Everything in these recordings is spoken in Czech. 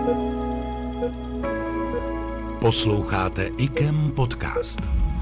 Posloucháte IKEM podcast.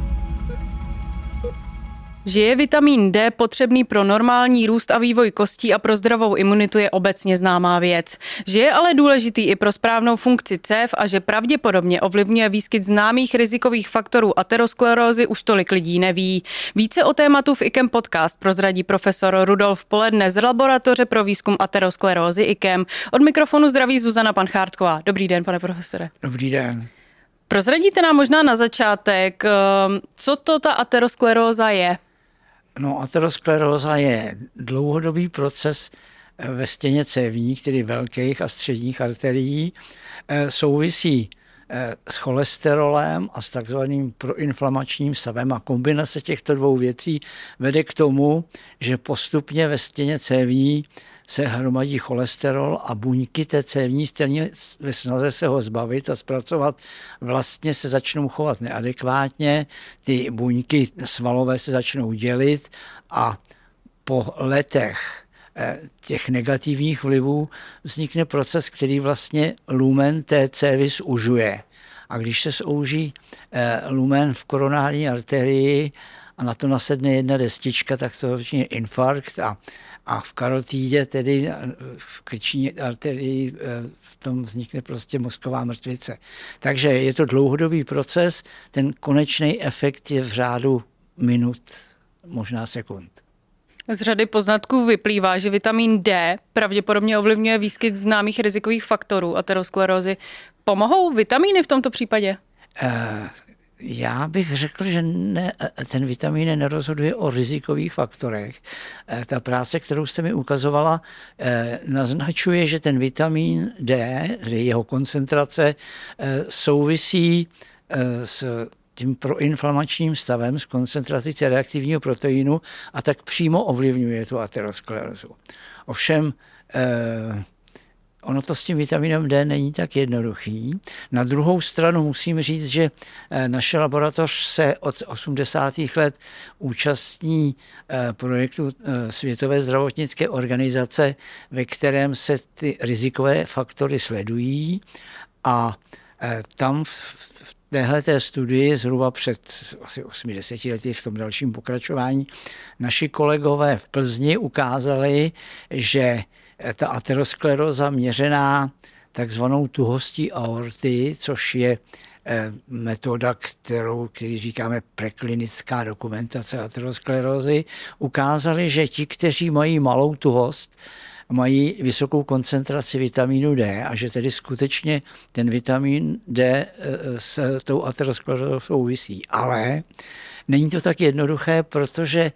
Že je vitamin D potřebný pro normální růst a vývoj kostí a pro zdravou imunitu je obecně známá věc. Že je ale důležitý i pro správnou funkci cév a že pravděpodobně ovlivňuje výskyt známých rizikových faktorů aterosklerózy už tolik lidí neví. Více o tématu v IKEM podcast prozradí profesor Rudolf Poledne z laboratoře pro výzkum aterosklerózy IKEM. Od mikrofonu zdraví Zuzana Panchártková. Dobrý den, pane profesore. Dobrý den. Prozradíte nám možná na začátek, co to ta ateroskleróza je? No, ateroskleróza je dlouhodobý proces ve stěně cévní, tedy velkých a středních arterií, souvisí s cholesterolem a s takzvaným proinflamačním stavem a kombinace těchto dvou věcí vede k tomu, že postupně ve stěně cévní se hromadí cholesterol a buňky té cévní stěny ve snaze se ho zbavit a zpracovat vlastně se začnou chovat neadekvátně, ty buňky svalové se začnou dělit a po letech těch negativních vlivů vznikne proces, který vlastně lumen té cévy zužuje. A když se zúží lumen v koronární arterii a na to nasedne jedna destička, tak to je infarkt a v karotídě, tedy v krční arterii, v tom vznikne prostě mozková mrtvice. Takže je to dlouhodobý proces, ten konečný efekt je v řádu minut, možná sekund. Z řady poznatků vyplývá, že vitamin D pravděpodobně ovlivňuje výskyt známých rizikových faktorů aterosklerózy. Pomohou vitamíny v tomto případě? Já bych řekl, že ten vitamin nerozhoduje o rizikových faktorech. Ta práce, kterou jste mi ukazovala, naznačuje, že ten vitamin D, jeho koncentrace, souvisí s tím proinflamačním stavem, s koncentrací reaktivního proteinu a tak přímo ovlivňuje tu aterosklerózu. Ovšem, ono to s tím vitaminem D není tak jednoduchý. Na druhou stranu musím říct, že naše laboratoř se od 80. let účastní projektu Světové zdravotnické organizace, ve kterém se ty rizikové faktory sledují a tam v téhleté studii zhruba před asi 80 lety v tom dalším pokračování naši kolegové v Plzni ukázali, že ta ateroskleróza měřená takzvanou tuhostí aorty, což je metoda, který říkáme preklinická dokumentace aterosklerózy, ukázali, že ti, kteří mají malou tuhost, mají vysokou koncentraci vitamínu D a že tedy skutečně ten vitamin D s tou aterosklerózou souvisí. Ale není to tak jednoduché, protože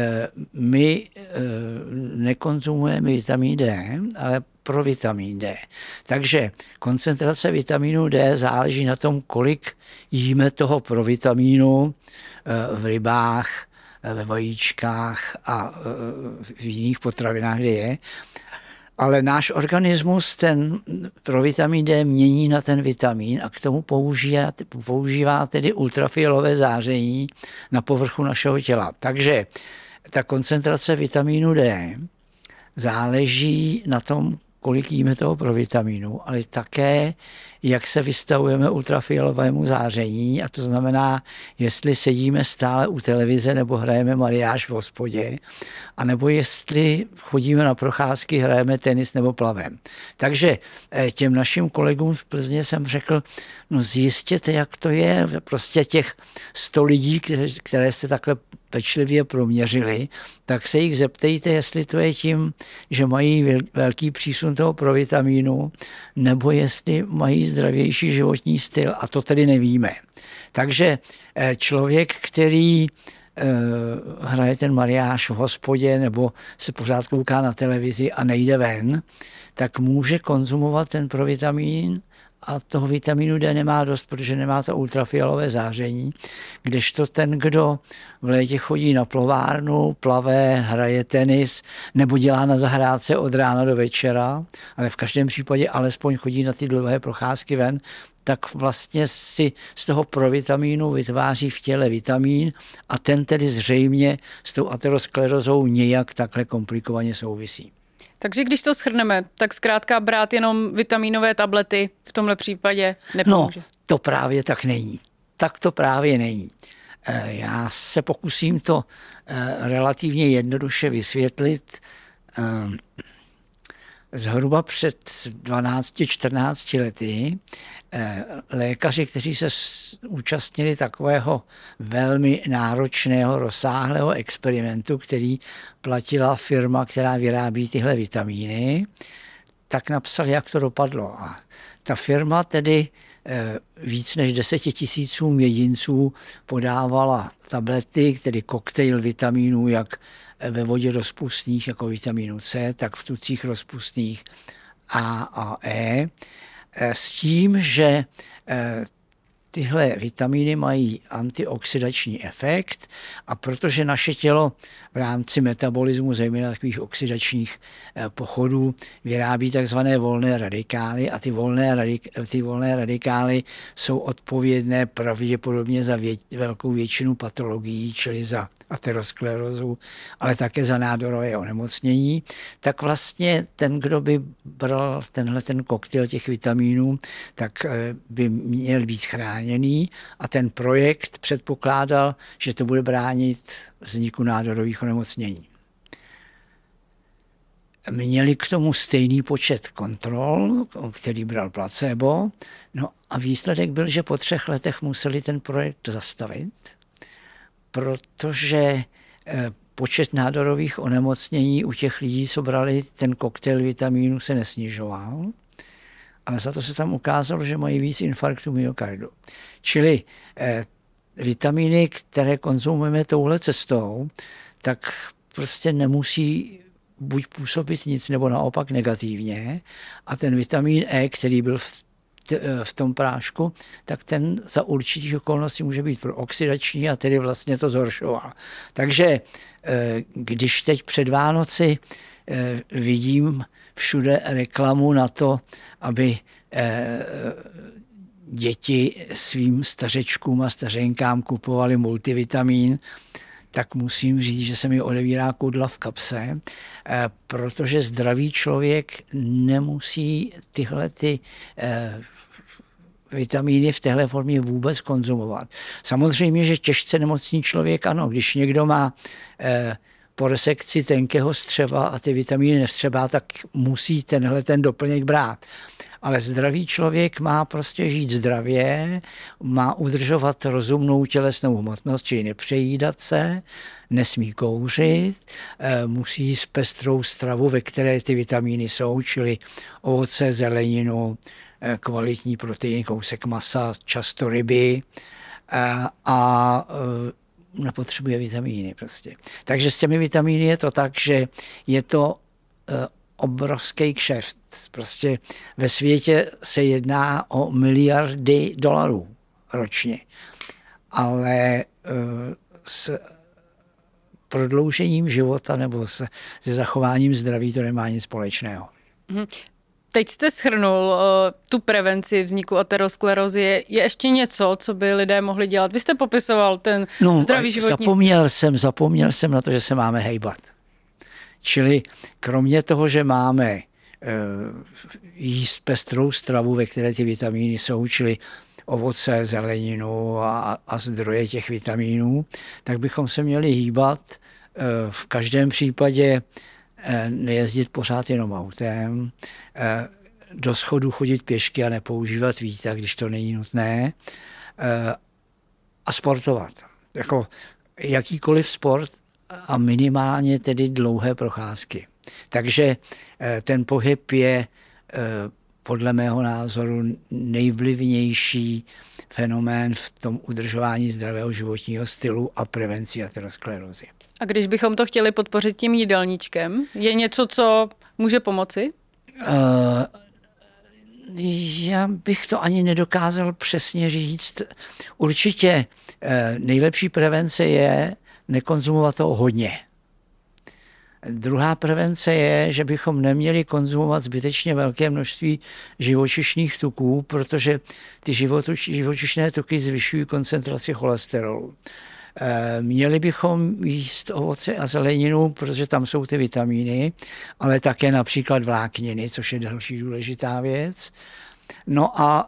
my nekonzumujeme vitamin D, ale provitamin D. Takže koncentrace vitamínu D záleží na tom, kolik jíme toho provitamínu v rybách, ve vajíčkách a v jiných potravinách, kde je. Ale náš organismus ten provitamin D mění na ten vitamin a k tomu používá tedy ultrafialové záření na povrchu našeho těla. Takže ta koncentrace vitamínu D záleží na tom, kolik jíme toho provitaminu, ale také, jak se vystavujeme ultrafialovému záření, a to znamená, jestli sedíme stále u televize nebo hrajeme mariáž v hospodě, anebo jestli chodíme na procházky, hrajeme tenis nebo plavem. Takže těm našim kolegům v Plzně jsem řekl, no zjistěte, jak to je, prostě těch 100 lidí, které jste takhle pečlivě proměřili, tak se jich zeptejte, jestli to je tím, že mají velký přísun toho provitamínu, nebo jestli mají zdravější životní styl, a to tedy nevíme. Takže člověk, který hraje ten mariáš v hospodě nebo se pořád kouká na televizi a nejde ven, tak může konzumovat ten provitamin a toho vitamínu D nemá dost, protože nemá to ultrafialové záření, kdežto ten, kdo v létě chodí na plovárnu, plave, hraje tenis nebo dělá na zahrádce od rána do večera, ale v každém případě alespoň chodí na ty dlouhé procházky ven, tak vlastně si z toho provitamínu vytváří v těle vitamín a ten tedy zřejmě s tou aterosklerozou nějak takhle komplikovaně souvisí. Takže když to shrneme, tak zkrátka brát jenom vitamínové tablety v tomhle případě nepomůže. No, to právě tak není. Tak to právě není. Já se pokusím to relativně jednoduše vysvětlit. Zhruba před 12-14 lety lékaři, kteří se účastnili takového velmi náročného, rozsáhlého experimentu, který platila firma, která vyrábí tyhle vitamíny, tak napsali, jak to dopadlo. A ta firma tedy víc než 10 000 jedinců podávala tablety, tedy koktejl vitamínů, jak ve vodě rozpustných, jako vitamínu C, tak v tucích rozpustných A a E, s tím, že tyhle vitamíny mají antioxidační efekt a protože naše tělo v rámci metabolismu, zejména takových oxidačních pochodů, vyrábí takzvané volné radikály a ty volné radikály jsou odpovědné pravděpodobně za velkou většinu patologií, čili za aterosklerózu, ale také za nádorové onemocnění, tak vlastně ten, kdo by bral ten koktejl těch vitamínů, tak by měl být chráněný a ten projekt předpokládal, že to bude bránit vzniku nádorových onemocnění. Měli k tomu stejný počet kontrol, který bral placebo, no a výsledek byl, že po 3 letech museli ten projekt zastavit, protože počet nádorových onemocnění u těch lidí, co brali ten koktejl vitamínů, se nesnižoval, ale za to se tam ukázalo, že mají víc infarktů myokardu. Čili vitamíny, které konzumujeme touhle cestou, tak prostě nemusí buď působit nic, nebo naopak negativně. A ten vitamin E, který byl v tom prášku, tak ten za určitých okolností může být prooxidační a tedy vlastně to zhoršoval. Takže když teď před Vánoci vidím všude reklamu na to, aby děti svým stařečkům a stařenkám kupovali multivitamin, tak musím říct, že se mi odevírá kudla v kapse, protože zdravý člověk nemusí tyhle vitamíny v téhle formě vůbec konzumovat. Samozřejmě, že těžce nemocný člověk, ano, když někdo má po resekci tenkého střeva a ty vitamíny nevstřebá, tak musí ten doplněk brát. Ale zdravý člověk má prostě žít zdravě, má udržovat rozumnou tělesnou hmotnost, čili nepřejídat se, nesmí kouřit, musí jíst pestrou stravu, ve které ty vitamíny jsou, čili ovoce, zeleninu, kvalitní protein, kousek masa, často ryby a nepotřebuje vitamíny prostě. Takže s těmi vitamíny je to tak, že je to obrovský kšeft. Prostě ve světě se jedná o miliardy dolarů ročně. Ale s prodloužením života nebo se zachováním zdraví to nemá nic společného. Teď jste shrnul tu prevenci vzniku aterosklerózy. Je ještě něco, co by lidé mohli dělat? Vy jste popisoval ten zdravý životní styl. Zapomněl jsem na to, že se máme hejbat. Čili kromě toho, že máme jíst pestrou stravu, ve které ty vitamíny jsou, čili ovoce, zeleninu a zdroje těch vitamínů, tak bychom se měli hýbat. V každém případě nejezdit pořád jenom autem, do schodu chodit pěšky a nepoužívat výtah, když to není nutné, a sportovat. Jako jakýkoliv sport a minimálně tedy dlouhé procházky. Takže ten pohyb je podle mého názoru nejvlivnější fenomén v tom udržování zdravého životního stylu a prevenci aterosklerózy. A když bychom to chtěli podpořit tím jídelníčkem, je něco, co může pomoci? Já bych to ani nedokázal přesně říct. Určitě nejlepší prevence je nekonzumovat toho hodně. Druhá prevence je, že bychom neměli konzumovat zbytečně velké množství živočišných tuků, protože ty živočišné tuky zvyšují koncentraci cholesterolu. Měli bychom jíst ovoce a zeleninu, protože tam jsou ty vitamíny, ale také například vlákniny, což je další důležitá věc. No a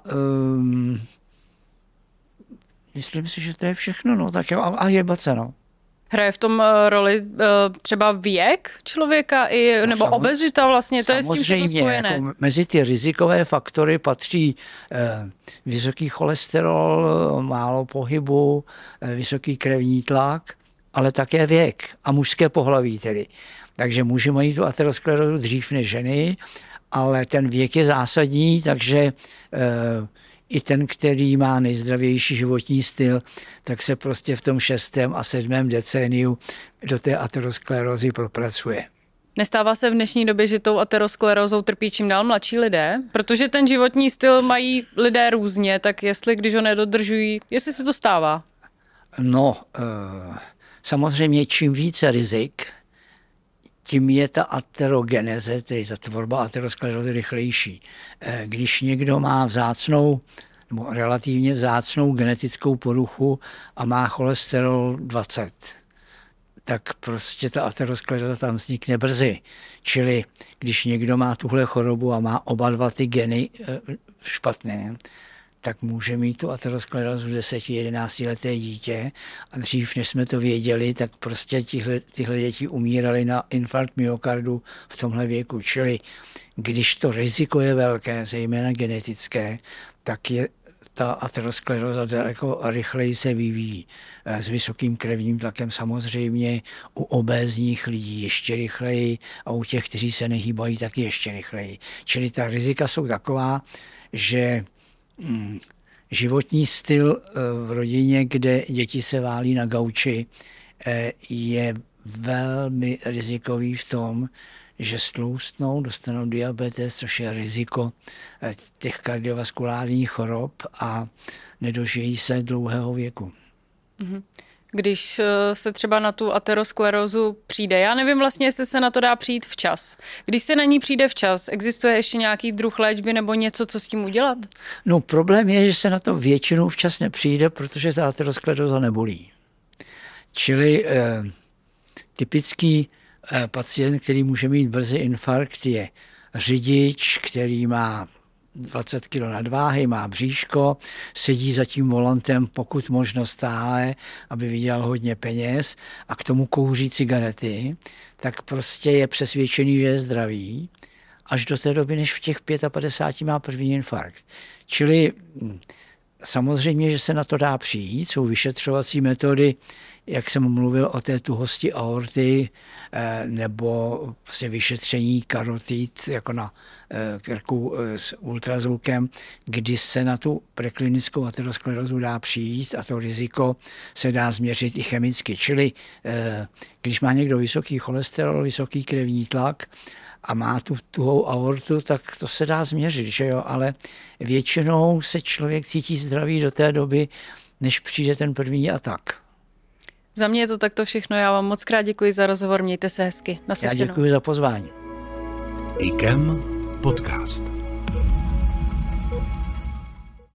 myslím si, že to je všechno, no, tak jo, a hýbat se, no. Hraje v tom roli třeba věk člověka nebo obezita vlastně, to je s tím všechno spojené? Jako mezi ty rizikové faktory patří vysoký cholesterol, málo pohybu, vysoký krevní tlak, ale také věk a mužské pohlaví tedy. Takže muži mají tu aterosklerózu dřív než ženy, ale ten věk je zásadní, takže i ten, který má nejzdravější životní styl, tak se prostě v tom 6. a 7. decéniu do té aterosklerózy propracuje. Nestává se v dnešní době, že tou aterosklerózou trpí čím dál mladší lidé? Protože ten životní styl mají lidé různě, tak když ho nedodržují, jestli se to stává? No, samozřejmě čím více rizik, tím je ta aterogeneze, tedy ta tvorba aterosklerózy rychlejší. Když někdo má vzácnou nebo relativně vzácnou genetickou poruchu a má cholesterol 20, tak prostě ta ateroskleróza tam vznikne brzy. Čili když někdo má tuhle chorobu a má oba dva ty geny špatné, tak může mít tu aterosklerózu 10-11 leté dítě a dřív, než jsme to věděli, tak prostě tyhle děti umírali na infarkt myokardu v tomhle věku. Čili když to riziko je velké, zejména genetické, tak je ta ateroskleróza daleko rychleji se vyvíjí. S vysokým krevním tlakem samozřejmě, u obézních lidí ještě rychleji a u těch, kteří se nehýbají, taky ještě rychleji. Čili ta rizika jsou taková, že životní styl v rodině, kde děti se válí na gauči, je velmi rizikový v tom, že stloustnou, dostanou diabetes, což je riziko těch kardiovaskulárních chorob a nedožijí se dlouhého věku. Když se třeba na tu aterosklerózu přijde, já nevím vlastně, jestli se na to dá přijít včas. Když se na ní přijde včas, existuje ještě nějaký druh léčby nebo něco, co s tím udělat? No problém je, že se na to většinou včas nepřijde, protože ta ateroskleróza nebolí. Čili typický pacient, který může mít brzy infarkt, je řidič, který má 20 kg nadváhy, má bříško, sedí za tím volantem pokud možno stále, aby vydělal hodně peněz a k tomu kouří cigarety, tak prostě je přesvědčený, že je zdravý, až do té doby, než v těch 55 má první infarkt. Čili samozřejmě, že se na to dá přijít, jsou vyšetřovací metody, jak jsem mluvil o té tuhosti aorty, nebo vlastně vyšetření karotid jako na krku s ultrazvukem, kdy se na tu preklinickou aterosklerózu dá přijít a to riziko se dá změřit i chemicky. Čili když má někdo vysoký cholesterol, vysoký krevní tlak a má tu tuhou aortu, tak to se dá změřit, že jo? Ale většinou se člověk cítí zdravý do té doby, než přijde ten první atak. Za mě je to takto všechno. Já vám moc krát děkuji za rozhovor. Mějte se hezky. Naslyšenou. Já děkuji za pozvání. IKEM podcast.